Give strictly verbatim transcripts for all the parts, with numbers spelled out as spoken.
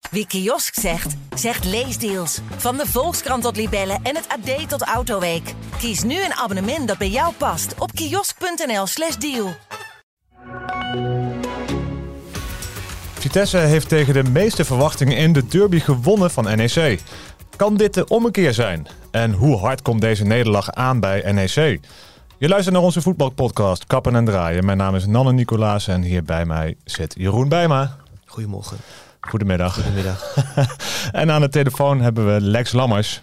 Wie kiosk zegt, zegt leesdeals. Van de Volkskrant tot Libellen en het A D tot Autoweek. Kies nu een abonnement dat bij jou past op kiosk.nl slash deal. Vitesse heeft tegen de meeste verwachtingen in de derby gewonnen van N E C. Kan dit de ommekeer zijn? En hoe hard komt deze nederlaag aan bij N E C? Je luistert naar onze voetbalpodcast Kappen en Draaien. Mijn naam is Nanne Nicolaas en hier bij mij zit Jeroen Bijma. Goedemorgen. Goedemiddag. Goedemiddag. En aan de telefoon hebben we Lex Lammers.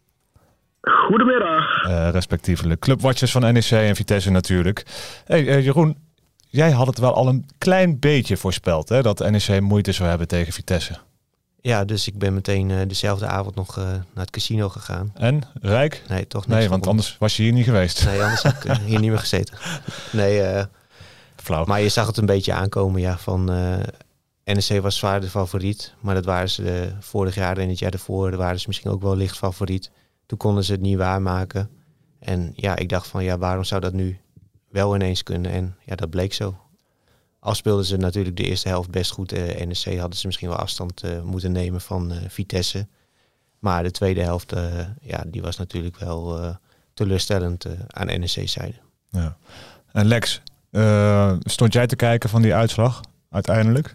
Goedemiddag. Uh, respectievelijk clubwatchers van N E C en Vitesse natuurlijk. Hey, uh, Jeroen, jij had het wel al een klein beetje voorspeld, hè, dat N E C moeite zou hebben tegen Vitesse. Ja, dus ik ben meteen uh, dezelfde avond nog uh, naar het casino gegaan. En? Rijk? Nee, toch niet. Nee, want anders was je hier niet geweest. Nee, anders had ik uh, hier niet meer gezeten. Nee, uh, flauw. Maar je zag het een beetje aankomen, ja, van uh, N E C was zwaar de favoriet. Maar dat waren ze de vorig jaar en het jaar daarvoor waren ze misschien ook wel licht favoriet. Toen konden ze het niet waarmaken. En ja, ik dacht van, ja, waarom zou dat nu wel ineens kunnen? En ja, dat bleek zo. Al speelden ze natuurlijk de eerste helft best goed. Uh, N E C hadden ze misschien wel afstand uh, moeten nemen van uh, Vitesse. Maar de tweede helft, uh, ja, die was natuurlijk wel uh, teleurstellend uh, aan N E C-zijde. Ja. En Lex, uh, stond jij te kijken van die uitslag uiteindelijk?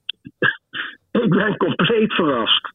Ik ben compleet verrast.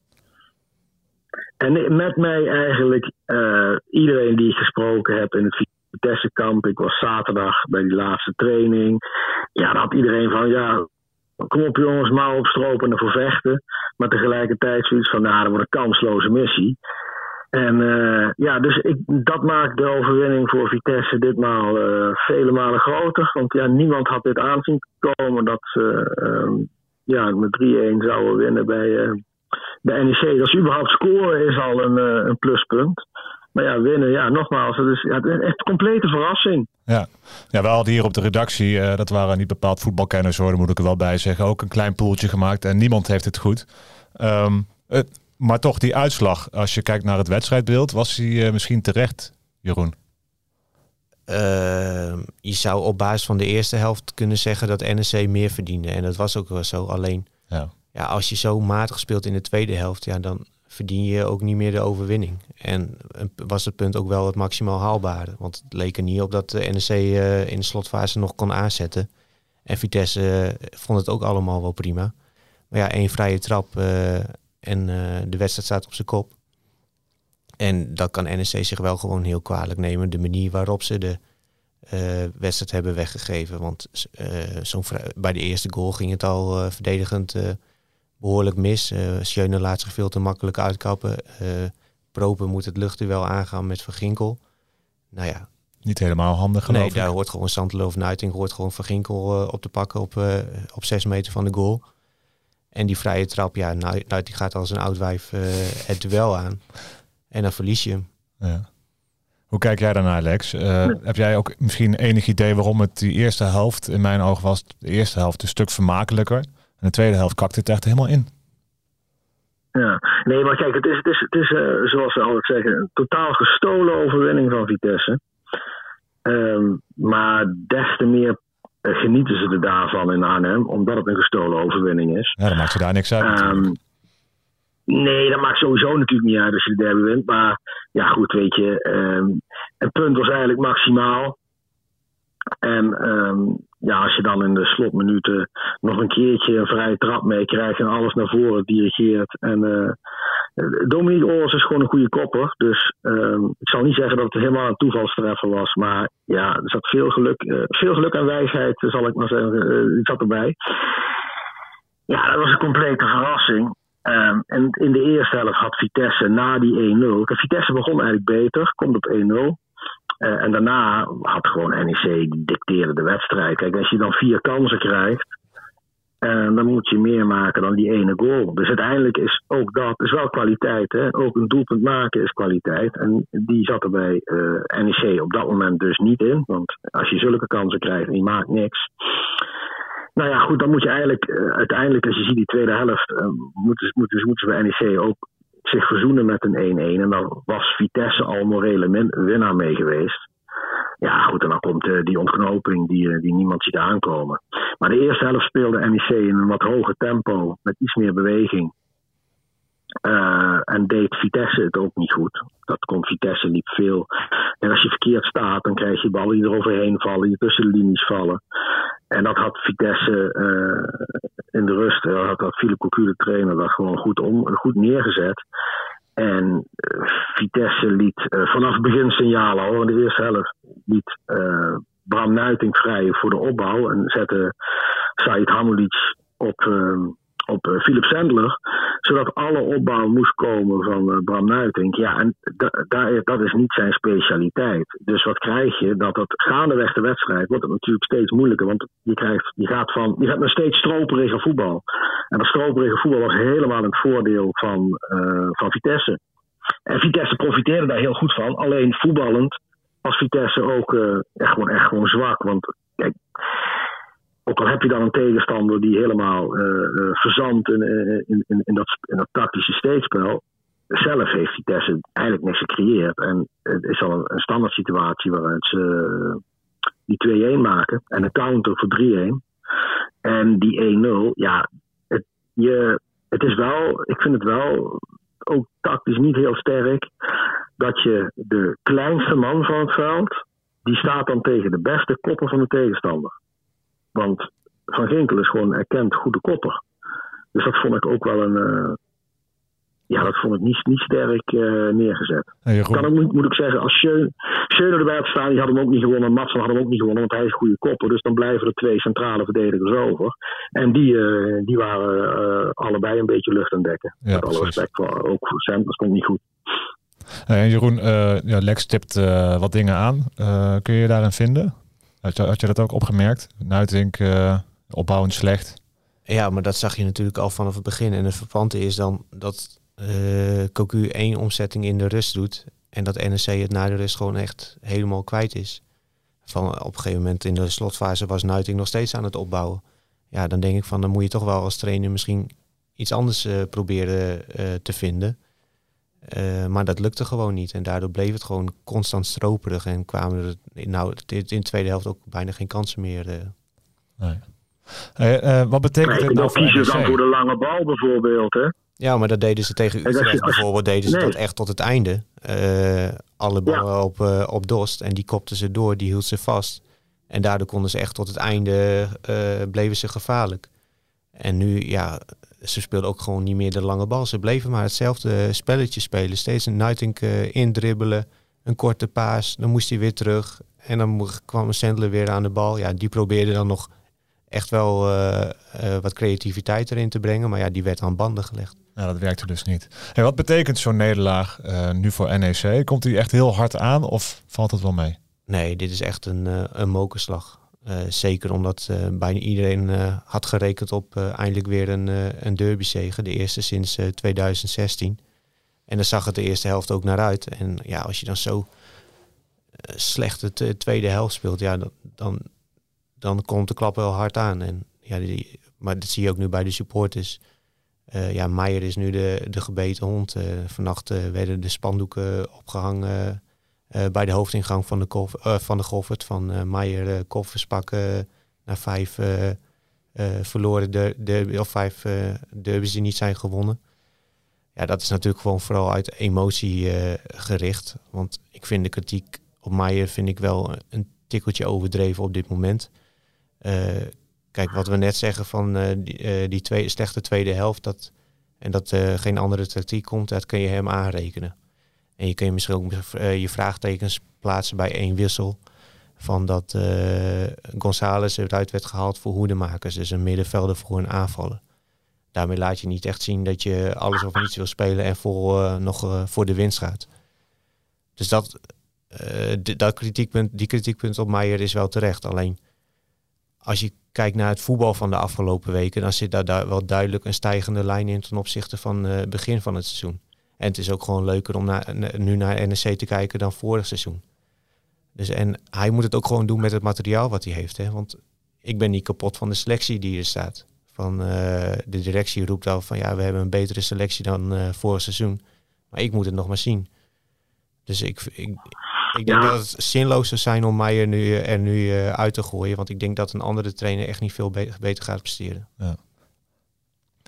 En met mij eigenlijk uh, iedereen die ik gesproken heb in het Vitesse-kamp. Ik was zaterdag bij die laatste training. Ja, dan had iedereen van, ja, kom op jongens, mouw opstropen en ervoor vechten. Maar tegelijkertijd zoiets van, nou, dat wordt een kansloze missie. En uh, ja, dus ik, dat maakt de overwinning voor Vitesse ditmaal uh, vele malen groter. Want ja, niemand had dit aanzien komen dat ze uh, ja, met drie-een zouden winnen bij, uh, bij N E C. Dat is überhaupt scoren is al een, uh, een pluspunt. Maar ja, winnen, ja, nogmaals, het is ja, echt een complete verrassing. Ja. ja, we hadden hier op de redactie, uh, dat waren niet bepaald voetbalkenners hoor, daar moet ik er wel bij zeggen, ook een klein poeltje gemaakt en niemand heeft het goed. Um, het, maar toch, die uitslag, als je kijkt naar het wedstrijdbeeld, was die uh, misschien terecht, Jeroen? Uh, je zou op basis van de eerste helft kunnen zeggen dat N E C meer verdiende. En dat was ook wel zo. Alleen, ja. Ja, als je zo matig speelt in de tweede helft, ja, dan verdien je ook niet meer de overwinning. En was het punt ook wel het maximaal haalbare. Want het leek er niet op dat de N E C uh, in de slotfase nog kon aanzetten. En Vitesse uh, vond het ook allemaal wel prima. Maar ja, één vrije trap uh, en uh, de wedstrijd staat op zijn kop. En dat kan N E C zich wel gewoon heel kwalijk nemen. De manier waarop ze de uh, wedstrijd hebben weggegeven. Want uh, zo'n vrij, bij de eerste goal ging het al uh, verdedigend uh, behoorlijk mis. Uh, Schöne laat zich veel te makkelijk uitkappen. Uh, Proper moet het luchtduel aangaan met Van Ginkel. Nou ja. Niet helemaal handig geloof Nee, ik. daar hoort gewoon Santeloo of Nuiting hoort gewoon Van Ginkel uh, op te pakken op, uh, op zes meter van de goal. En die vrije trap, ja, Nuiting gaat als een oud wijf uh, het duel aan. En dan verlies je hem. Ja. Hoe kijk jij daarnaar, Lex? Uh, ja. Heb jij ook misschien enig idee waarom het die eerste helft, in mijn ogen was de eerste helft een stuk vermakelijker. En de tweede helft kakte het echt helemaal in. Ja, nee, maar kijk, het is, het is, het is uh, zoals ze altijd zeggen, een totaal gestolen overwinning van Vitesse. Um, maar des te meer uh, genieten ze er daarvan in Arnhem, omdat het een gestolen overwinning is. Ja, dan maakt ze daar niks uit. Um, nee, dat maakt sowieso natuurlijk niet uit als je de derby wint. Maar ja, goed, weet je, um, een punt was eigenlijk maximaal. En um, ja, als je dan in de slotminuten nog een keertje een vrije trap meekrijgt en alles naar voren dirigeert. En uh, Dominique Oors is gewoon een goede kopper. Dus um, ik zal niet zeggen dat het helemaal een toevalstreffer was. Maar ja, er zat veel geluk, uh, veel geluk en wijsheid, zal ik maar zeggen, uh, die zat erbij. Ja, dat was een complete verrassing. Um, en in de eerste helft had Vitesse na die één nul. Vitesse begon eigenlijk beter, komt op één nul. Uh, en daarna had gewoon N E C, die dicteerde de wedstrijd. Kijk, als je dan vier kansen krijgt, uh, dan moet je meer maken dan die ene goal. Dus uiteindelijk is ook dat is wel kwaliteit. Hè? Ook een doelpunt maken is kwaliteit. En die zat er bij uh, N E C op dat moment dus niet in. Want als je zulke kansen krijgt en je maakt niks. Nou ja, goed, dan moet je eigenlijk uh, uiteindelijk, als je ziet die tweede helft, uh, moeten, moeten, moeten ze bij N E C ook zich verzoenen met een één-één. En dan was Vitesse al morele min- winnaar mee geweest. Ja, goed, en dan komt uh, die ontknoping die, die niemand ziet aankomen. Maar de eerste helft speelde N E C in een wat hoger tempo, met iets meer beweging. Uh, en deed Vitesse het ook niet goed. Dat kon Vitesse liep veel. En als je verkeerd staat, dan krijg je ballen die er overheen vallen, die tussen de linies vallen. En dat had Vitesse uh, in de rust, dat had, had Philippe Cocu, de trainer, dat gewoon goed, om, goed neergezet. En uh, Vitesse liet uh, vanaf het begin signalen al, in de eerste helft, liet uh, Bram Nuitink vrij voor de opbouw en zette Said Hamoulic op... Uh, op uh, Philip Sandler, zodat alle opbouw moest komen van uh, Bram Nuitink. Ja, en da- da- dat is niet zijn specialiteit. Dus wat krijg je? Dat het gaandeweg de wedstrijd wordt het natuurlijk steeds moeilijker, want je, krijgt, je, gaat, van, je gaat naar steeds stroperige voetbal. En dat stroperige voetbal was helemaal in het voordeel van, uh, van Vitesse. En Vitesse profiteerde daar heel goed van. Alleen voetballend was Vitesse ook uh, echt, gewoon, echt gewoon zwak. Want kijk, ook al heb je dan een tegenstander die helemaal uh, uh, verzandt in, in, in, in, dat, in dat tactische steekspel. Zelf heeft Vitesse eigenlijk niks gecreëerd. En het is al een, een standaard situatie waaruit ze uh, die twee-een maken. En een counter voor drie-een. En die één-nul, ja, het, je, het is wel, ik vind het wel ook tactisch niet heel sterk dat je de kleinste man van het veld, die staat dan tegen de beste kopper van de tegenstander. Want Van Ginkel is gewoon erkend goede kopper. Dus dat vond ik ook wel een... Uh, ja, dat vond ik niet, niet sterk uh, neergezet. Hey, kan ook, moet, moet ik zeggen, als Schöne erbij had staan, die had hem ook niet gewonnen. Matson had hem ook niet gewonnen, want hij is een goede kopper. Dus dan blijven er twee centrale verdedigers over. En die, uh, die waren uh, allebei een beetje lucht aan dekken. Ja, met alle respect voor, ook voor Sam, dat stond niet goed. Hey, Jeroen, uh, ja, Lex tipt uh, wat dingen aan. Uh, kun je je daarin vinden? Had je, had je dat ook opgemerkt? Nuitink, uh, opbouwend slecht. Ja, maar dat zag je natuurlijk al vanaf het begin. En het verpante is dan dat uh, Cocu één omzetting in de rust doet. En dat N E C het na de rust gewoon echt helemaal kwijt is. Van, op een gegeven moment in de slotfase was Nuitink nog steeds aan het opbouwen. Ja, dan denk ik van, dan moet je toch wel als trainer misschien iets anders uh, proberen uh, te vinden. Uh, maar dat lukte gewoon niet. En daardoor bleef het gewoon constant stroperig. En kwamen er nou, in de tweede helft ook bijna geen kansen meer. Uh. Nee. Hey, uh, wat betekent nee, dit nou voor kiezen N E C? Dan voor de lange bal bijvoorbeeld, hè? Ja, maar dat deden ze tegen Utrecht je, bijvoorbeeld. Deden ze nee. dat echt tot het einde. Uh, alle ballen ja. op, uh, op Dost. En die kopten ze door, die hield ze vast. En daardoor konden ze echt tot het einde, uh, bleven ze gevaarlijk. En nu, ja, ze speelden ook gewoon niet meer de lange bal. Ze bleven maar hetzelfde spelletje spelen. Steeds een Nuitink uh, indribbelen, een korte paas. Dan moest hij weer terug. En dan kwam Sandler weer aan de bal. Ja, die probeerde dan nog echt wel uh, uh, wat creativiteit erin te brengen. Maar ja, die werd aan banden gelegd. Ja, dat werkte dus niet. Hey, wat betekent zo'n nederlaag uh, nu voor N E C? Komt die echt heel hard aan of valt het wel mee? Nee, dit is echt een, uh, een mokerslag. Uh, zeker omdat uh, bijna iedereen uh, had gerekend op uh, eindelijk weer een, uh, een derbyzege. De eerste sinds uh, tweeduizend zestien. En daar zag het de eerste helft ook naar uit. En ja, als je dan zo uh, slecht de t- tweede helft speelt, ja, dan, dan, dan komt de klap wel hard aan. En, ja, die, maar dat zie je ook nu bij de supporters. Uh, ja, Meijer is nu de, de gebeten hond. Uh, vannacht uh, werden de spandoeken opgehangen uh, bij de hoofdingang van de, kof, uh, van de Goffert. Van uh, Meijer uh, koffers pakken naar vijf uh, uh, verloren de, derby, of vijf uh, derbies die niet zijn gewonnen. Ja, dat is natuurlijk gewoon vooral uit emotie uh, gericht. Want ik vind de kritiek op Meijer vind ik wel een tikkeltje overdreven op dit moment. Uh, Kijk, wat we net zeggen van uh, die, uh, die twee, slechte tweede helft, dat, en dat uh, geen andere tactiek komt, dat kun je hem aanrekenen. En je kun je misschien ook uh, je vraagtekens plaatsen bij één wissel. Van dat uh, González eruit werd gehaald voor hoedemakers, dus een middenvelder voor een aanvaller. Daarmee laat je niet echt zien dat je alles of niets wil spelen en voor, uh, nog uh, voor de winst gaat. Dus dat, uh, d- dat kritiekpunt, die kritiekpunt op Meijer is wel terecht. Alleen als je kijkt naar het voetbal van de afgelopen weken, dan zit daar, daar wel duidelijk een stijgende lijn in ten opzichte van het uh, begin van het seizoen. En het is ook gewoon leuker om na, nu naar N E C te kijken dan vorig seizoen. Dus, en hij moet het ook gewoon doen met het materiaal wat hij heeft. Hè? Want ik ben niet kapot van de selectie die er staat. Van, uh, de directie roept al van ja, we hebben een betere selectie dan uh, vorig seizoen. Maar ik moet het nog maar zien. Dus ik, ik, ik denk ja. dat het zinloos zou zijn om mij er nu, er nu uh, uit te gooien. Want ik denk dat een andere trainer echt niet veel be- beter gaat presteren. Ja.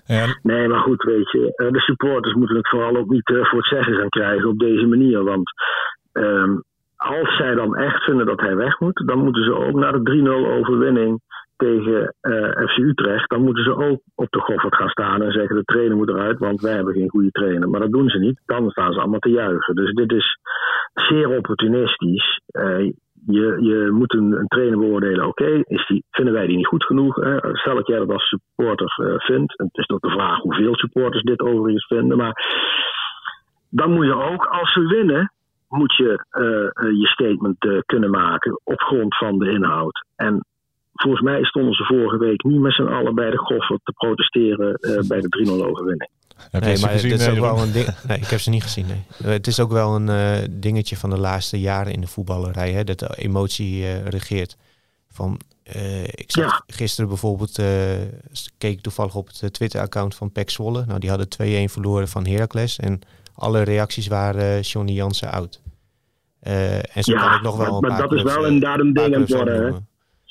Ja. Nee, maar goed, weet je, de supporters moeten het vooral ook niet voor het zeggen gaan krijgen op deze manier. Want um, als zij dan echt vinden dat hij weg moet, dan moeten ze ook naar de drie nul overwinning tegen uh, F C Utrecht, dan moeten ze ook op de Goffert gaan staan en zeggen de trainer moet eruit, want wij hebben geen goede trainer. Maar dat doen ze niet, dan staan ze allemaal te juichen. Dus dit is zeer opportunistisch. Uh, je, je moet een, een trainer beoordelen, oké, okay, vinden wij die niet goed genoeg? Uh, stel dat jij dat als supporter uh, vindt, en het is ook de vraag hoeveel supporters dit overigens vinden, maar dan moet je ook, als ze winnen, moet je uh, uh, je statement uh, kunnen maken op grond van de inhoud. En volgens mij stonden ze vorige week niet met z'n allen bij de Goffert te protesteren uh, bij de drie nul overwinning. Heb nee, maar gezien, dit is ook wel een ding. Nee, ik heb ze niet gezien. Nee. Het is ook wel een uh, dingetje van de laatste jaren in de voetballerij, hè, dat de emotie uh, regeert. Van, uh, ik zag ja. gisteren bijvoorbeeld, uh, keek ik toevallig op het Twitter-account van P E C Zwolle. Nou, die hadden twee-een verloren van Heracles en alle reacties waren uh, Johnny Jansen out. Uh, en zo ja, kan ik nog wel maar, een maar paar dat is wel inderdaad een ding aan het worden, hè?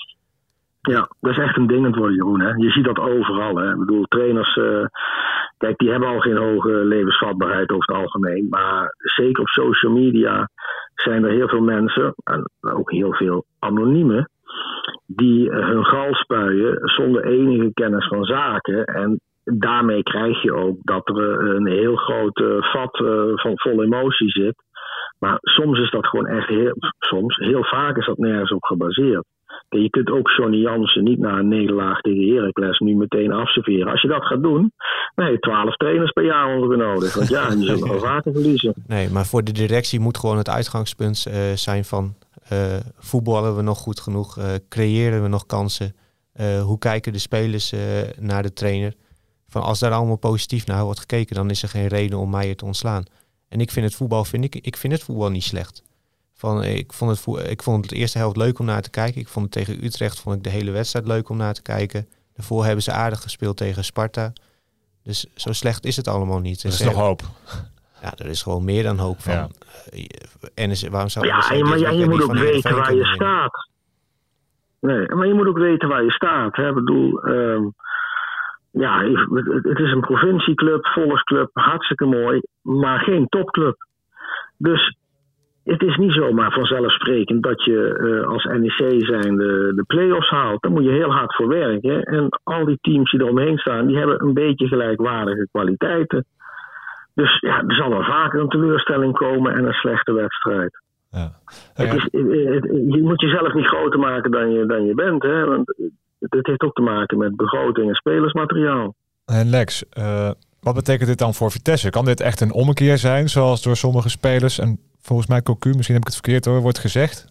Ja, dat is echt een ding aan het worden, Jeroen. Hè? Je ziet dat overal. Hè? Ik bedoel, trainers, uh, kijk, die hebben al geen hoge levensvatbaarheid over het algemeen. Maar zeker op social media zijn er heel veel mensen, en ook heel veel anoniemen, die hun gal spuien zonder enige kennis van zaken. En daarmee krijg je ook dat er een heel groot uh, vat uh, van vol emotie zit. Maar soms is dat gewoon echt heel, soms, heel vaak is dat nergens op gebaseerd. Je kunt ook Johnny Jansen niet na een nederlaag tegen Heracles nu meteen afserveren. Als je dat gaat doen, dan heb je twaalf trainers per jaar ongeveer nodig. Want ja, die zullen wel vaker verliezen. Nee, maar voor de directie moet gewoon het uitgangspunt uh, zijn van uh, voetballen we nog goed genoeg, uh, creëren we nog kansen, uh, hoe kijken de spelers uh, naar de trainer. Van als daar allemaal positief naar wordt gekeken, dan is er geen reden om Meijer te ontslaan. En ik vind het voetbal, vind ik, ik vind het voetbal niet slecht. Van, ik, vond het vo- ik vond het de eerste helft leuk om naar te kijken. Ik vond het tegen Utrecht vond ik de hele wedstrijd leuk om naar te kijken. Daarvoor hebben ze aardig gespeeld tegen Sparta. Dus zo slecht is het allemaal niet. Er is nog hoop. Ja, er is gewoon meer dan hoop van. Ja, uh, N S, waarom zou ja maar ja, je moet ook weten waar je staat. Nee, maar je moet ook weten waar je staat. Hè? Ik bedoel, um, ja, het is een provincieclub, volksclub, hartstikke mooi, maar geen topclub. Dus het is niet zomaar vanzelfsprekend dat je uh, als N E C zijn de, de play-offs haalt. Daar moet je heel hard voor werken. En al die teams die er omheen staan, die hebben een beetje gelijkwaardige kwaliteiten. Dus ja, er zal wel vaker een teleurstelling komen en een slechte wedstrijd. Ja. Ja. Het is, het, het, je moet jezelf niet groter maken dan je, dan je bent. Hè? Want het heeft ook te maken met begroting en spelersmateriaal. En Lex, uh, wat betekent dit dan voor Vitesse? Kan dit echt een ommekeer zijn, zoals door sommige spelers en volgens mij Cocu, misschien heb ik het verkeerd hoor, wordt gezegd?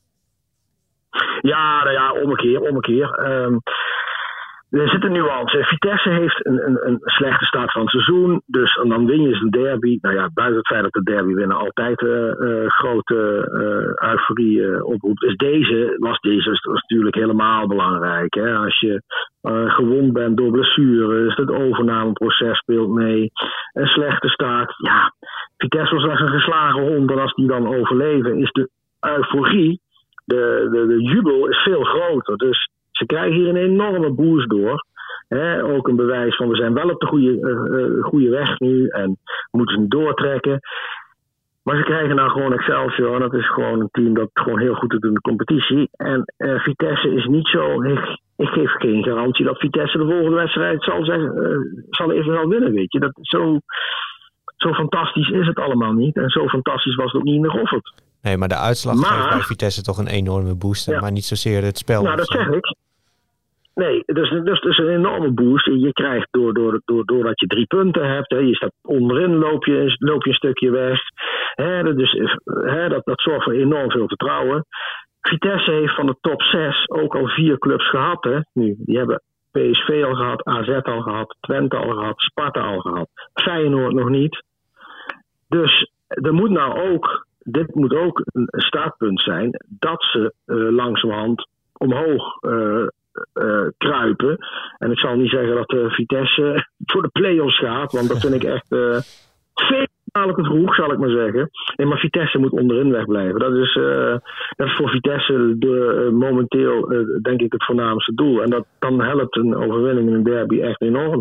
Ja, nou ja, ommekeer, ommekeer. Um, er zit een nuance. Vitesse heeft een, een, een slechte start van het seizoen. Dus en dan win je eens een derby. Nou ja, buiten het feit dat de derby winnen altijd uh, uh, grote uh, euforie uh, oproept. Dus deze was, deze was, was natuurlijk helemaal belangrijk. Hè? Als je uh, gewond bent door blessures, het overnameproces speelt mee. Een slechte start. Ja, Vitesse was als een geslagen hond. En als die dan overleven, is de euforie, de, de, de jubel is veel groter. Dus ze krijgen hier een enorme boost door. He, ook een bewijs van we zijn wel op de goede, uh, goede weg nu en moeten ze doortrekken. Maar ze krijgen nou gewoon Excelsior en dat is gewoon een team dat gewoon heel goed doet in de competitie. En uh, Vitesse is niet zo, ik, ik geef geen garantie dat Vitesse de volgende wedstrijd zal, zeggen, uh, zal eventueel winnen, weet je. Dat zo, zo fantastisch is het allemaal niet en zo fantastisch was het ook niet in de Goffert. Nee, maar de uitslag maar, geeft bij Vitesse toch een enorme boost, ja. Maar niet zozeer het spel. Nou, dat zeg ik. Nee, dus, dus, dus een enorme boost. Je krijgt door, door, door, doordat je drie punten hebt. Hè, je staat onderin, loop je, loop je een stukje weg. Hè, dus, hè, dat, dat zorgt voor enorm veel vertrouwen. Vitesse heeft van de top zes ook al vier clubs gehad. Hè, nu. Die hebben P S V al gehad, A Z al gehad, Twente al gehad, Sparta al gehad. Feyenoord nog niet. Dus er moet nou ook, dit moet ook een startpunt zijn dat ze uh, langzamerhand omhoog uh, Uh, kruipen. En ik zal niet zeggen dat uh, Vitesse voor de play-offs gaat, want dat vind ik echt uh, veel te vroeg, zal ik maar zeggen. Nee, maar Vitesse moet onderin wegblijven. Dat is, uh, dat is voor Vitesse de, uh, momenteel uh, denk ik het voornaamste doel. En dat, dan helpt een overwinning in een derby echt enorm.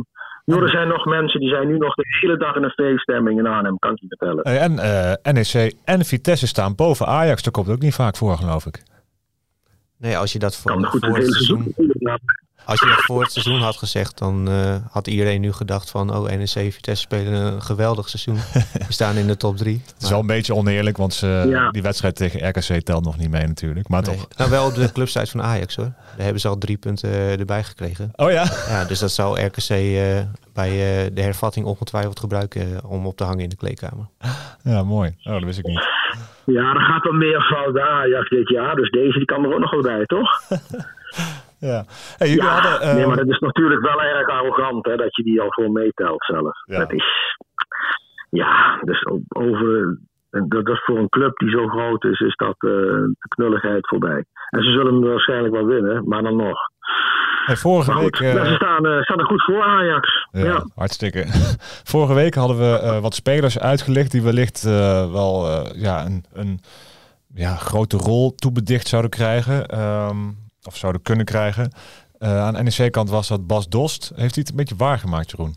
Jo, er zijn nog mensen die zijn nu nog de hele dag in een feeststemming in Arnhem, kan ik je vertellen. Hey, en uh, N E C en Vitesse staan boven Ajax. Dat komt ook niet vaak voor, geloof ik. Nee, als je dat voor, kan goed voor het, het seizoen... seizoen... Als je dat voor het seizoen had gezegd, dan uh, had iedereen nu gedacht van... oh, N E C en Vitesse spelen een geweldig seizoen. We staan in de top drie. Het is maar... wel een beetje oneerlijk, want ze, ja. die wedstrijd tegen R K C telt nog niet mee natuurlijk. Maar nee. toch. Nou, wel op de clubsite van Ajax hoor. Daar hebben ze al drie punten uh, erbij gekregen. Oh ja? Ja, dus dat zou R K C uh, bij uh, de hervatting ongetwijfeld gebruiken uh, om op te hangen in de kleedkamer. Ja, mooi. Oh, dat wist ik niet. Ja, er gaat wel meer fout aan Ajax dit jaar. Dus deze die kan er ook nog wel bij, toch? Ja, hey, jullie ja, hadden, uh... nee, maar dat is natuurlijk wel erg arrogant hè, dat je die al voor meetelt zelf. Ja. Dat is, ja, dus over, dat is voor een club die zo groot is, is dat uh, de knulligheid voorbij. En ze zullen hem waarschijnlijk wel winnen, maar dan nog. Hey, vorige maar goed, week... Uh... ze staan, uh, staan er goed voor Ajax. Ja, ja. hartstikke. Vorige week hadden we uh, wat spelers uitgelicht die wellicht uh, wel uh, ja, een, een ja, grote rol toebedicht zouden krijgen. Um, Of zouden kunnen krijgen. Uh, aan de N E C-kant was dat Bas Dost. Heeft hij het een beetje waargemaakt, Jeroen?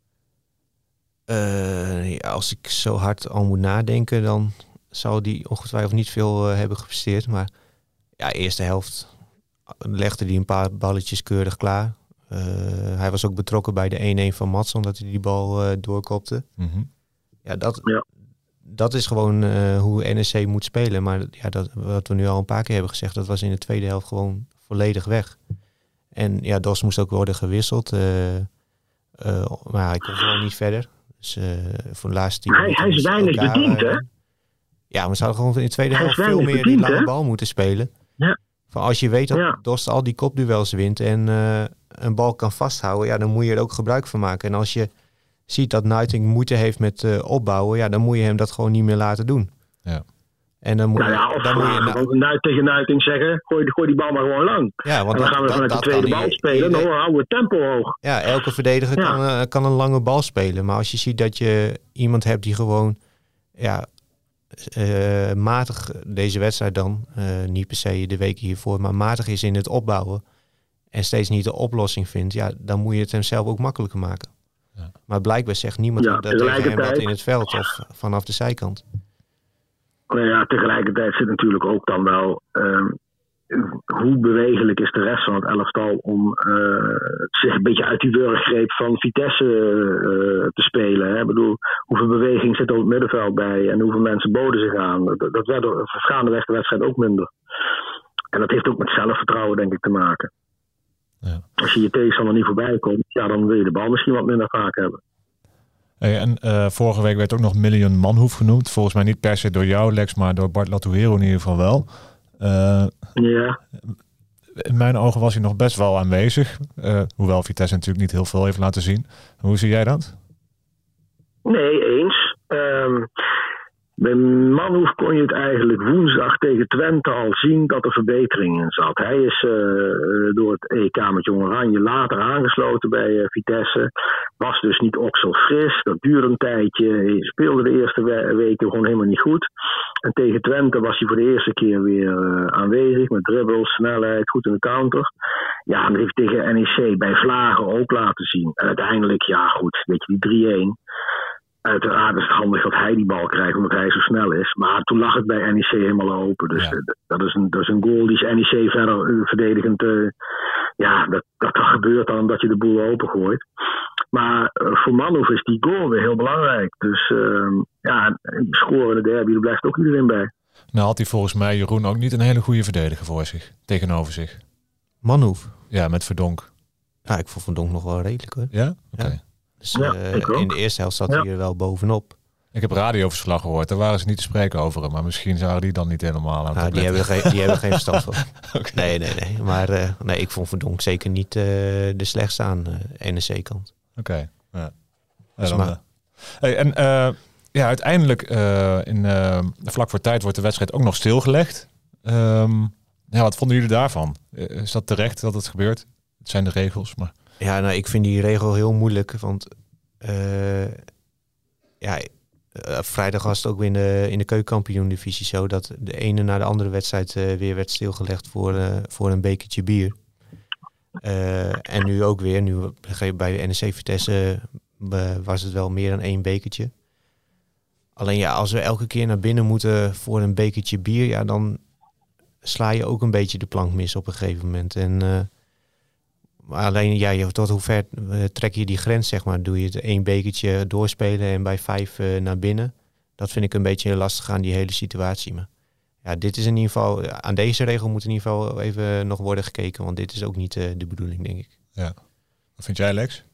Uh, ja, als ik zo hard al moet nadenken, dan zou die ongetwijfeld niet veel uh, hebben gepresteerd. Maar ja, eerste helft legde hij een paar balletjes keurig klaar. Uh, hij was ook betrokken bij de één-één van Mats, omdat hij die bal uh, doorkopte. Mm-hmm. Ja, dat, ja. dat is gewoon uh, hoe N E C moet spelen. Maar ja, dat, wat we nu al een paar keer hebben gezegd, dat was in de tweede helft gewoon volledig weg. En ja, Dos moest ook worden gewisseld. Uh, uh, maar hij kon gewoon niet verder. Dus uh, voor de laatste tien minuten... Hij, hij is weinig elkaar, bediend, hè? Ja, maar ze hadden gewoon in de tweede helft veel meer bediend, die lange hè? bal moeten spelen. Ja. Van als je weet dat ja. Dost al die kopduels wint en uh, een bal kan vasthouden, ja, dan moet je er ook gebruik van maken. En als je ziet dat Nuiting moeite heeft met uh, opbouwen, ja, dan moet je hem dat gewoon niet meer laten doen. Ja. En dan moet, nou ja, of dan moet je nou, Nuit tegen Nuiting zeggen, gooi, gooi die bal maar gewoon lang. Ja, want en dan dat, gaan we dat, vanuit dat de tweede bal ieder, spelen, ieder, dan houden we het tempo hoog. Ja, elke verdediger ja. kan, uh, kan een lange bal spelen. Maar als je ziet dat je iemand hebt die gewoon ja, uh, matig deze wedstrijd dan, uh, niet per se de weken hiervoor, maar matig is in het opbouwen en steeds niet de oplossing vindt, ja, dan moet je het hem zelf ook makkelijker maken. Ja. Maar blijkbaar zegt niemand ja, dat tegen hem dat in het veld of vanaf de zijkant. Nou ja, tegelijkertijd zit natuurlijk ook dan wel um, hoe bewegelijk is de rest van het elftal om uh, zich een beetje uit die wurggreep van Vitesse uh, te spelen. Hè? Ik bedoel, hoeveel beweging zit er op het middenveld bij en hoeveel mensen boden zich aan. Dat, dat werd er gaandeweg de wedstrijd ook minder. En dat heeft ook met zelfvertrouwen denk ik te maken. Ja. Als je je tegenstander niet voorbij komt, ja, dan wil je de bal misschien wat minder vaak hebben. Hey, en uh, vorige week werd ook nog Million Manhoef genoemd. Volgens mij niet per se door jou, Lex, maar door Bart Latouhero in ieder geval wel. Uh, ja. In mijn ogen was hij nog best wel aanwezig. Uh, hoewel Vitesse natuurlijk niet heel veel heeft laten zien. Hoe zie jij dat? Nee, eens. Um, bij Manhoef kon je het eigenlijk woensdag tegen Twente al zien dat er verbetering in zat. Hij is uh, door het E K met Jong Oranje later aangesloten bij uh, Vitesse. Was dus niet okselfris. Dat duurde een tijdje. Hij speelde de eerste we- weken gewoon helemaal niet goed. En tegen Twente was hij voor de eerste keer weer uh, aanwezig. Met dribbles, snelheid, goed in de counter. Ja, en dat heeft tegen N E C bij Vlagen ook laten zien. En uiteindelijk, ja goed, weet je, die drie-één. Uiteraard is het handig dat hij die bal krijgt, omdat hij zo snel is. Maar toen lag het bij N E C helemaal open. Dus ja. dat, is een, dat is een goal die N E C verder uh, verdedigend... Uh, ja, dat, dat gebeurt dan omdat je de boel opengooit. Maar uh, voor Manhoef is die goal weer heel belangrijk. Dus uh, ja, scoren in de derby, daar blijft ook iedereen bij. Nou had hij volgens mij, Jeroen, ook niet een hele goede verdediger voor zich. Tegenover zich. Manhoef? Ja, met Verdonk. Ja, ik vond Verdonk nog wel redelijk hoor. Ja? Oké. Okay. Ja. Dus ja, uh, in de eerste helft zat ja. hij er wel bovenop. Ik heb radioverslag gehoord, daar waren ze niet te spreken over hem. Maar misschien zouden die dan niet helemaal aan nou, die hebben, geen, die hebben geen verstand van. Okay. Nee, nee, nee. Maar uh, nee, ik vond Verdonk zeker niet uh, de slechtste aan uh, N E C-kant. Oké. Okay. Ja. Ja, dan, uh, hey, en uh, ja, uiteindelijk uh, in, uh, vlak voor tijd wordt de wedstrijd ook nog stilgelegd. Um, ja, wat vonden jullie daarvan? Is dat terecht dat het gebeurt? Het zijn de regels, maar... Ja, nou, ik vind die regel heel moeilijk, want uh, ja, uh, vrijdag was het ook weer in de, in de keukenkampioen-divisie zo dat de ene na de andere wedstrijd uh, weer werd stilgelegd voor, uh, voor een bekertje bier. Uh, en nu ook weer, nu bij N E C Vitesse uh, was het wel meer dan één bekertje. Alleen ja, als we elke keer naar binnen moeten voor een bekertje bier, ja, dan sla je ook een beetje de plank mis op een gegeven moment. En uh, alleen, ja, tot hoe ver uh, trek je die grens, zeg maar? Doe je het één bekertje doorspelen en bij vijf uh, naar binnen? Dat vind ik een beetje lastig aan die hele situatie. Maar ja, dit is in ieder geval, aan deze regel moet in ieder geval even nog worden gekeken, want dit is ook niet uh, de bedoeling, denk ik. Ja. Wat vind jij, Lex?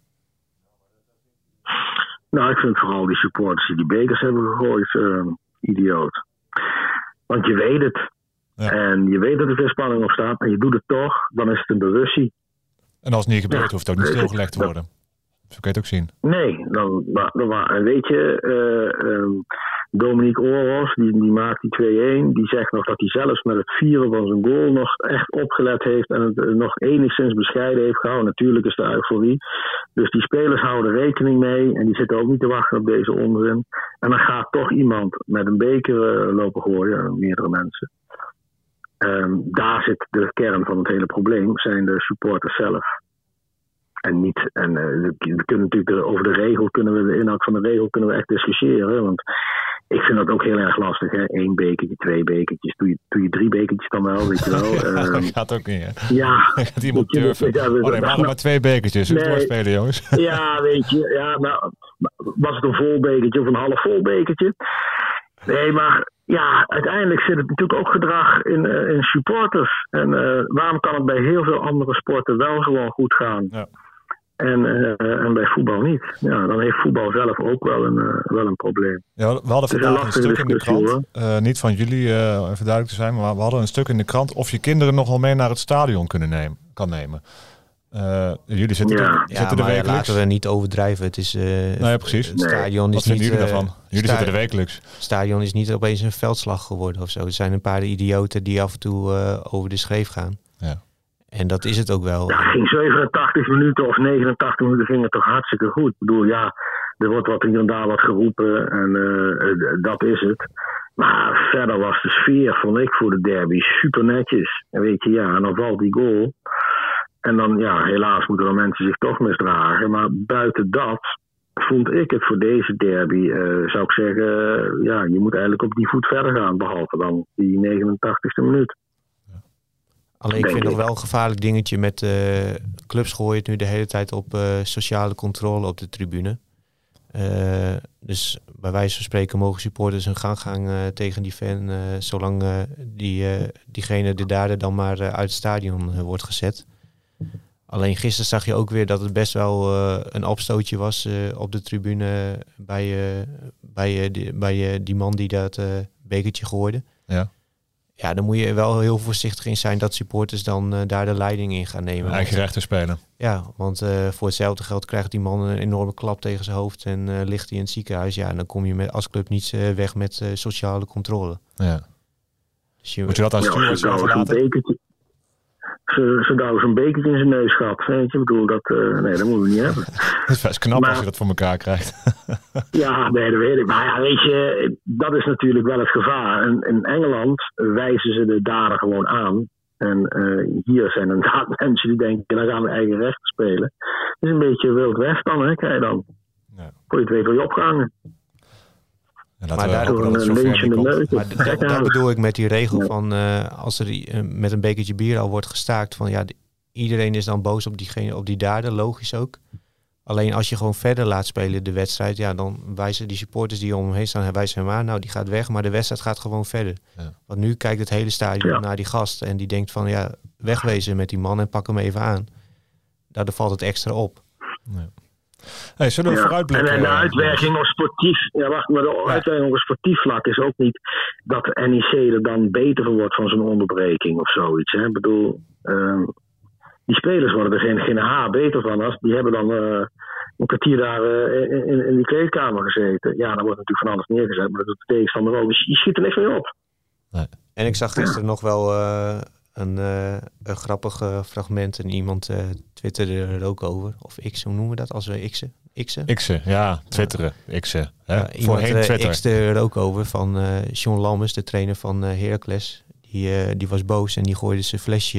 Nou, ik vind vooral die supporters die die bekers hebben gegooid uh, idioot. Want je weet het. Ja. En je weet dat er veel spanning op staat. En je doet het toch, dan is het een bewustzijn. En als het niet gebeurt, ja, hoeft het ook niet stilgelegd te worden. Zo kun je het ook zien. Nee, dan, dan, dan weet je, uh, um, Dominique Oros, die, die maakt die twee-een. Die zegt nog dat hij zelfs met het vieren van zijn goal nog echt opgelet heeft. En het uh, nog enigszins bescheiden heeft gehouden. Natuurlijk is de euforie. Dus die spelers houden rekening mee. En die zitten ook niet te wachten op deze onzin. En dan gaat toch iemand met een beker uh, lopen gooien. Meerdere mensen. Um, daar zit de kern van het hele probleem. Zijn de supporters zelf. En niet, en uh, we kunnen natuurlijk de, over de regel, kunnen we de inhoud van de regel kunnen we echt discussiëren. Want ik vind dat ook heel erg lastig, hè. Eén bekertje, twee bekertjes. Doe je, doe je drie bekertjes dan wel, weet je wel. Um, dat gaat ook niet, hè? Ja. Gaat iemand durven. Ja, oh nee, maar nog maar twee bekertjes. Nee, doorspelen, jongens. Ja, weet je. Ja, nou, was het een vol bekertje of een half vol bekertje? Nee, maar ja, uiteindelijk zit het natuurlijk ook gedrag in, uh, in supporters. En uh, waarom kan het bij heel veel andere sporten wel gewoon goed gaan? Ja. En, uh, en bij voetbal niet. Ja, dan heeft voetbal zelf ook wel een, uh, wel een probleem. Ja, we hadden vandaag een, een stuk in de krant. Uh, niet van jullie, uh, even duidelijk te zijn, maar we hadden een stuk in de krant of je kinderen nogal mee naar het stadion kunnen nemen, kan nemen. Uh, jullie zitten, ja. er, ja, zitten er wekelijks. Laten we niet overdrijven. Het is. Uh, nou ja, precies. Het stadion nee. is Wat vinden niet, jullie daarvan? Uh, jullie sta- zitten er wekelijks. Het stadion is niet opeens een veldslag geworden of zo. Er zijn een paar idioten die af en toe uh, over de schreef gaan. Ja. En dat is het ook wel. Ja, ging zevenentachtig minuten of negenentachtig minuten ging het toch hartstikke goed. Ik bedoel, ja, er wordt wat hier en daar wat geroepen en uh, dat is het. Maar verder was de sfeer, vond ik, voor de derby super netjes. En weet je, ja, en dan valt die goal. En dan, ja, helaas moeten er mensen zich toch misdragen. Maar buiten dat vond ik het voor deze derby, uh, zou ik zeggen, uh, ja, je moet eigenlijk op die voet verder gaan. Behalve dan die negenentachtigste minuut. Alleen ik vind nog wel een gevaarlijk dingetje met uh, clubs gooien het nu de hele tijd op uh, sociale controle op de tribune. Uh, dus bij wijze van spreken mogen supporters hun gang gaan uh, tegen die fan, uh, zolang uh, die, uh, diegene de dader dan maar uh, uit het stadion uh, wordt gezet. Alleen gisteren zag je ook weer dat het best wel uh, een opstootje was uh, op de tribune bij, uh, bij, uh, die, bij uh, die man die dat uh, bekertje gooide. Ja. Ja, dan moet je wel heel voorzichtig in zijn dat supporters dan uh, daar de leiding in gaan nemen. Eigen rechten spelen. Ja, want uh, voor hetzelfde geld krijgt die man een enorme klap tegen zijn hoofd en uh, ligt hij in het ziekenhuis. Ja, en dan kom je met, als club niet uh, weg met uh, sociale controle. Ja. Dus je, moet je dat aan stewards ja, overlaten? Zodat zo'n bekertje in zijn neus gaat. Weet je, ik bedoel, dat, uh, nee, dat moeten we niet hebben. Het is best knap maar, als je dat voor elkaar krijgt. Ja, nee, dat weet ik. Maar ja, weet je, dat is natuurlijk wel het gevaar. En in Engeland wijzen ze de dader gewoon aan. En uh, hier zijn inderdaad mensen die denken, dan gaan we eigen recht spelen. Het is een beetje Wild West dan, hè, krijg je dan. Ja. Voor je het weet wil je opgehangen. Ja, maar daar ook dat maar dat, dat bedoel ik met die regel ja. van uh, als er uh, met een bekertje bier al wordt gestaakt van ja, d- iedereen is dan boos op diegene, op die dader, logisch ook. Alleen als je gewoon verder laat spelen de wedstrijd, ja, dan wijzen die supporters die om hem heen staan, wijzen hem aan, nou die gaat weg, maar de wedstrijd gaat gewoon verder. Ja. Want nu kijkt het hele stadion ja. naar die gast en die denkt van ja, wegwezen met die man en pak hem even aan. Daardoor valt het extra op. Ja. Hey, zullen we ja. vooruitblikken? En de uitwerking op sportief, ja, wacht, maar de uitwerking op sportief vlak is ook niet dat de N E C er dan beter van wordt van zo'n onderbreking of zoiets. Hè. Ik bedoel, um, die spelers worden er geen, geen haar beter van als die hebben dan uh, een kwartier daar uh, in, in die kleedkamer gezeten. Ja, dan wordt natuurlijk van alles neergezet, maar dat doet de tegenstander ook. Dus je schiet er niks mee op. Nee. En ik zag gisteren ja. nog wel uh, een, uh, een grappig uh, fragment en iemand uh, twitterde er ook over. Of X, hoe noemen we dat als we X'en? X'en? X'en, ja, twitteren. Ja. X'en. Hè? Ja, Voorheen iemand Twitter. Uh, X'te er ook over van uh, John Lammers, de trainer van uh, Heracles. Die, uh, die was boos en die gooide zijn flesje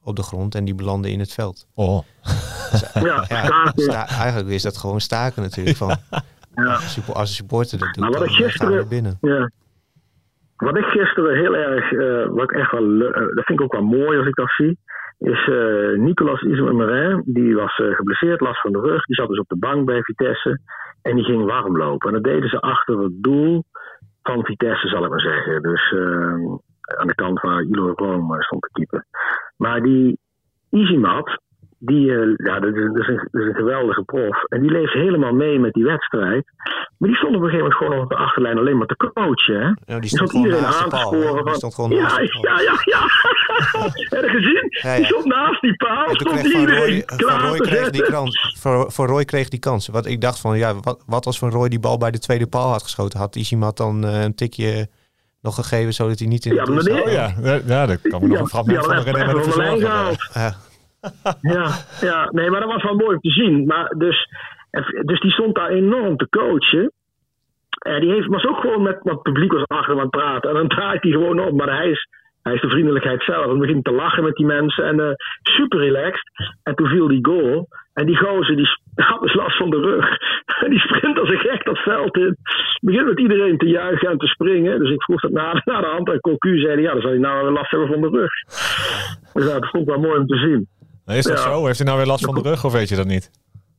op de grond en die belanden in het veld. Oh. Dus, Ja, ja, staken. sta, eigenlijk is dat gewoon staken natuurlijk. Van, Ja. als een supporter dat doet, Nou, wat dan ik gaan we gisteren- naar binnen. Ja. Wat ik gisteren heel erg, uh, wat ik echt wel, uh, dat vind ik ook wel mooi als ik dat zie, is uh, Nicolas Ismaël, die was uh, geblesseerd, last van de rug, die zat dus op de bank bij Vitesse en die ging warm lopen. En dat deden ze achter het doel van Vitesse, zal ik maar zeggen. Dus uh, aan de kant waar Ilo Room stond te keeper. Maar die Isimat, die, uh, ja, dat is, dat, is een, dat is een geweldige prof. En die leeft helemaal mee met die wedstrijd. Maar die stond op een gegeven moment gewoon op de achterlijn alleen maar te coachen. Hè? Ja, die Die stond stond gewoon iedereen naast de aan te paal. sporen. hè? Die Van, stond gewoon ja, naast de paal. ja, ja, ja. Heb je gezien? Ja, ja. Die stond naast die paal. En toen Stond kreeg Van iedereen Roy, Van klaar Roy te kreeg die zetten. kans. Van, Van Roy kreeg die kans. Wat ik dacht van, ja, wat, wat als Van Roy die bal bij de tweede paal had geschoten? Had Isimat dan uh, een tikje nog gegeven, zodat hij niet in Ja, het doel maar zat? Oh ja, ja, ja daar kan me nog een fragment van herinneren met een van de lijn verzorger. gehaald. Ja. Ja, ja, nee, maar dat was wel mooi om te zien. Maar dus, dus die stond daar enorm te coachen. En die heeft, was ook gewoon met wat publiek was achter hem aan het praten. En dan draait hij gewoon op. Maar hij is, hij is de vriendelijkheid zelf. Dan begint te lachen met die mensen. En uh, super relaxed. En toen viel die goal. En die gozer, die had dus last van de rug. En die sprint als een gek dat veld in. Begint met iedereen te juichen en te springen. Dus ik vroeg dat na, na de hand. En Cocu zei, ja, dan zal hij nou weer last hebben van de rug. Dus ja, dat vond ik wel mooi om te zien. Is dat Ja. zo? Heeft hij nou weer last van de rug of weet je dat niet?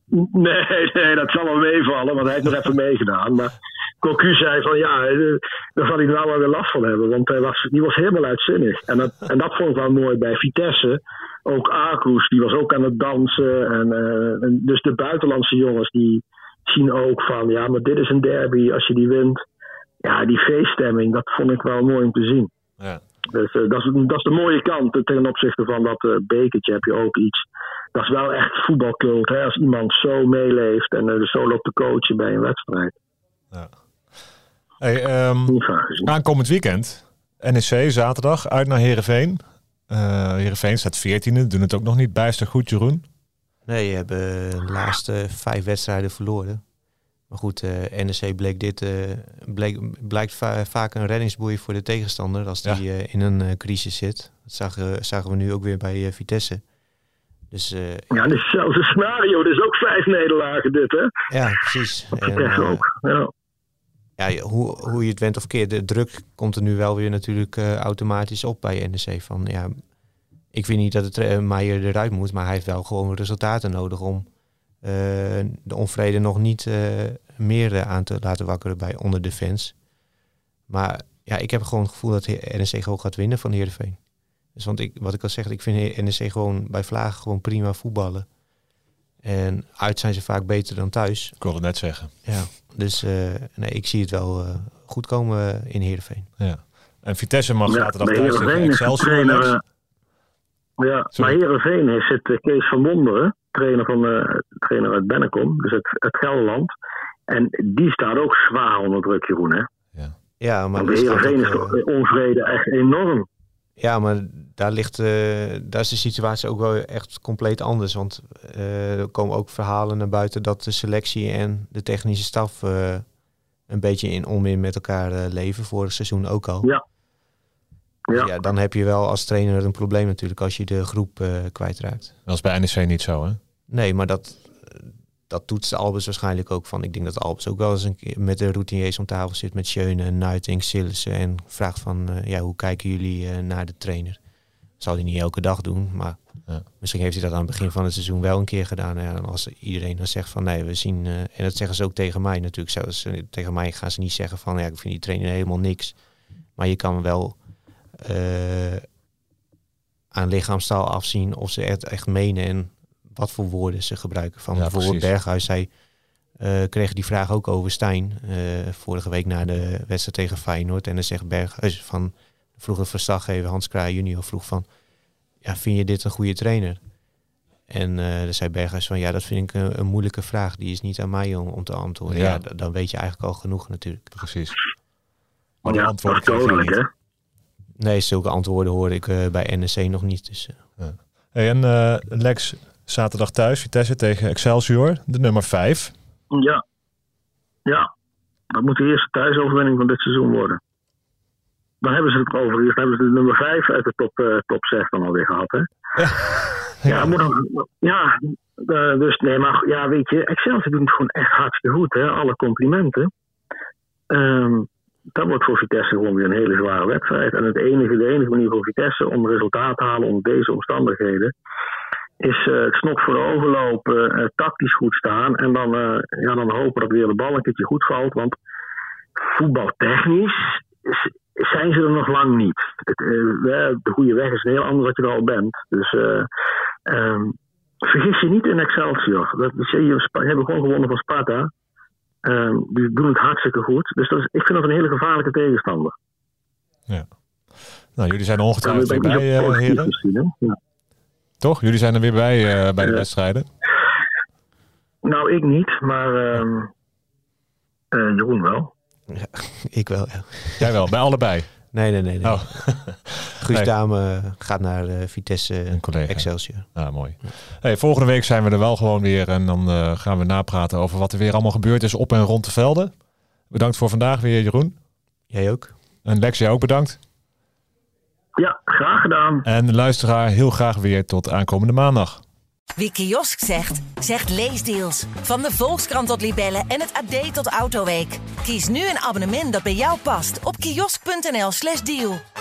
Nee, nee, dat zal wel meevallen, want hij heeft nog even meegedaan. Maar Cocu zei van ja, daar zal hij nou wel weer last van hebben, want hij was, die was helemaal uitzinnig. En dat, en dat vond ik wel mooi bij Vitesse. Ook Arcus, die was ook aan het dansen. En, uh, en dus de buitenlandse jongens die zien ook van ja, maar dit is een derby, als je die wint. Ja, die feeststemming, dat vond ik wel mooi om te zien. Ja. Dus uh, dat, is, dat is de mooie kant. Ten opzichte van dat uh, bekertje heb je ook iets. Dat is wel echt voetbalcult. Hè? Als iemand zo meeleeft en uh, zo loopt te coachen bij een wedstrijd. Ja. Hey, um, Niet vaak gezien. aankomend weekend. N E C zaterdag uit naar Heerenveen. Uh, Heerenveen staat veertiende. Doen het ook nog niet bijster goed, Jeroen? Nee, je hebt de laatste vijf wedstrijden verloren. Maar goed, uh, N E C bleek dit, uh, bleek, blijkt va- vaak een reddingsboei voor de tegenstander als die ja. uh, in een uh, crisis zit. Dat zagen, zagen we nu ook weer bij uh, Vitesse. Dus, uh, ja, dit is zelfs een scenario. Dit is ook vijf nederlagen dit, hè? Ja, precies. Dat en, uh, ook. Ja. Ja, hoe, hoe je het went of keert, de druk komt er nu wel weer natuurlijk uh, automatisch op bij N E C. Van, ja, ik vind niet dat het uh, Meijer eruit moet, maar hij heeft wel gewoon resultaten nodig om uh, de onvrede nog niet uh, meer uh, aan te laten wakkeren bij onder de fans. Maar ja, ik heb gewoon het gevoel dat N E C gewoon gaat winnen van Heerenveen. Dus want ik, wat ik al zeg, ik vind N E C gewoon bij Vlagen gewoon prima voetballen. En uit zijn ze vaak beter dan thuis. Ik wilde net zeggen. Ja, dus uh, nee, ik zie het wel uh, goed komen in Heerenveen. Ja. En Vitesse mag ja, zaterdag thuis tegen Excelsior. Trainer, uh, ja, maar Heerenveen is het uh, Kees van Wonderen, trainer, van, uh, trainer uit Bennekom, dus het, het Gelderland. En die staat ook zwaar onder druk, Jeroen, hè? Ja, ja maar Heerenveen is toch uh, onvrede echt enorm. Ja, maar daar ligt, uh, daar is de situatie ook wel echt compleet anders. Want uh, er komen ook verhalen naar buiten dat de selectie en de technische staf uh, een beetje in onmin met elkaar uh, leven. Vorig seizoen ook al. Ja. Dus ja. ja, dan heb je wel als trainer een probleem natuurlijk als je de groep uh, kwijtraakt. Dat is bij N E C niet zo, hè? Nee, maar dat, dat toetst Albers waarschijnlijk ook van. Ik denk dat Albers ook wel eens een keer met de routiniers om tafel zit met Schöne, Nuiting, Sillissen en vraagt van uh, ja, hoe kijken jullie uh, naar de trainer? Zal hij niet elke dag doen, maar ja. Misschien heeft hij dat aan het begin van het seizoen wel een keer gedaan. En als iedereen dan zegt van nee, we zien, uh, en dat zeggen ze ook tegen mij natuurlijk. Zelfs, uh, tegen mij gaan ze niet zeggen van ja, ik vind die trainer helemaal niks. Maar je kan wel uh, aan lichaamstaal afzien of ze het echt menen en wat voor woorden ze gebruiken. Van ja, bijvoorbeeld precies. Berghuis, hij uh, kreeg die vraag ook over Stijn. Uh, vorige week na de wedstrijd tegen Feyenoord. En dan zegt Berghuis van, vroeg een verslaggever Hans Kraaij junior vroeg van, ja, vind je dit een goede trainer? En uh, dan zei Berghuis van, ja, dat vind ik een, een moeilijke vraag. Die is niet aan mij om, om te antwoorden. Ja. Ja, d- dan weet je eigenlijk al genoeg natuurlijk. Precies. Maar die ja, antwoorden krijg je niet. Hè? Nee, zulke antwoorden hoorde ik uh, bij N E C nog niet. Dus, uh. ja. Hey, en uh, Lex, zaterdag thuis, Vitesse tegen Excelsior, de nummer vijf. Ja. Ja. Dat moet de eerste thuisoverwinning van dit seizoen worden. dan hebben ze het overigens, dan hebben ze de nummer vijf uit de top, uh, top zes dan alweer gehad. Hè? Ja, ja, moet dan, ja uh, dus nee, maar ja, weet je, Excelsior doet het gewoon echt hartstikke goed. Hè? Alle complimenten. Um, dat wordt voor Vitesse gewoon weer een hele zware wedstrijd. En het enige, de enige manier voor Vitesse om resultaat te halen onder deze omstandigheden is uh, het snot voor de ogen lopen, uh, tactisch goed staan en dan, uh, ja, dan hopen dat weer de bal een keertje goed valt. Want voetbaltechnisch zijn ze er nog lang niet. Het, uh, de goede weg is een heel ander wat je er al bent. Dus uh, um, vergis je niet in Excelsior. Dat, ze hebben gewoon gewonnen van Sparta. Um, die doen het hartstikke goed. Dus dat is, ik vind dat een hele gevaarlijke tegenstander. Ja. Nou, jullie zijn er ongetwijfeld weer bij, uh, heren. Misschien, ja. Toch? Jullie zijn er weer bij uh, bij de uh, wedstrijden? Nou, ik niet, maar uh, uh, Jeroen wel. Ja, ik wel, ja. Jij wel, bij allebei? Nee, nee, nee. nee. Oh. Guus nee. Dame gaat naar uh, Vitesse een collega. Excelsior. Ah, mooi. Hey, volgende week zijn we er wel gewoon weer en dan uh, gaan we napraten over wat er weer allemaal gebeurd is op en rond de velden. Bedankt voor vandaag weer, Jeroen. Jij ook. En Lex, jij ook bedankt. Ja, graag gedaan. En de luisteraar heel graag weer tot aankomende maandag. Wie kiosk zegt, zegt leesdeals. Van de Volkskrant tot Libellen en het A D tot Autoweek. Kies nu een abonnement dat bij jou past op kiosk punt n l slash deal.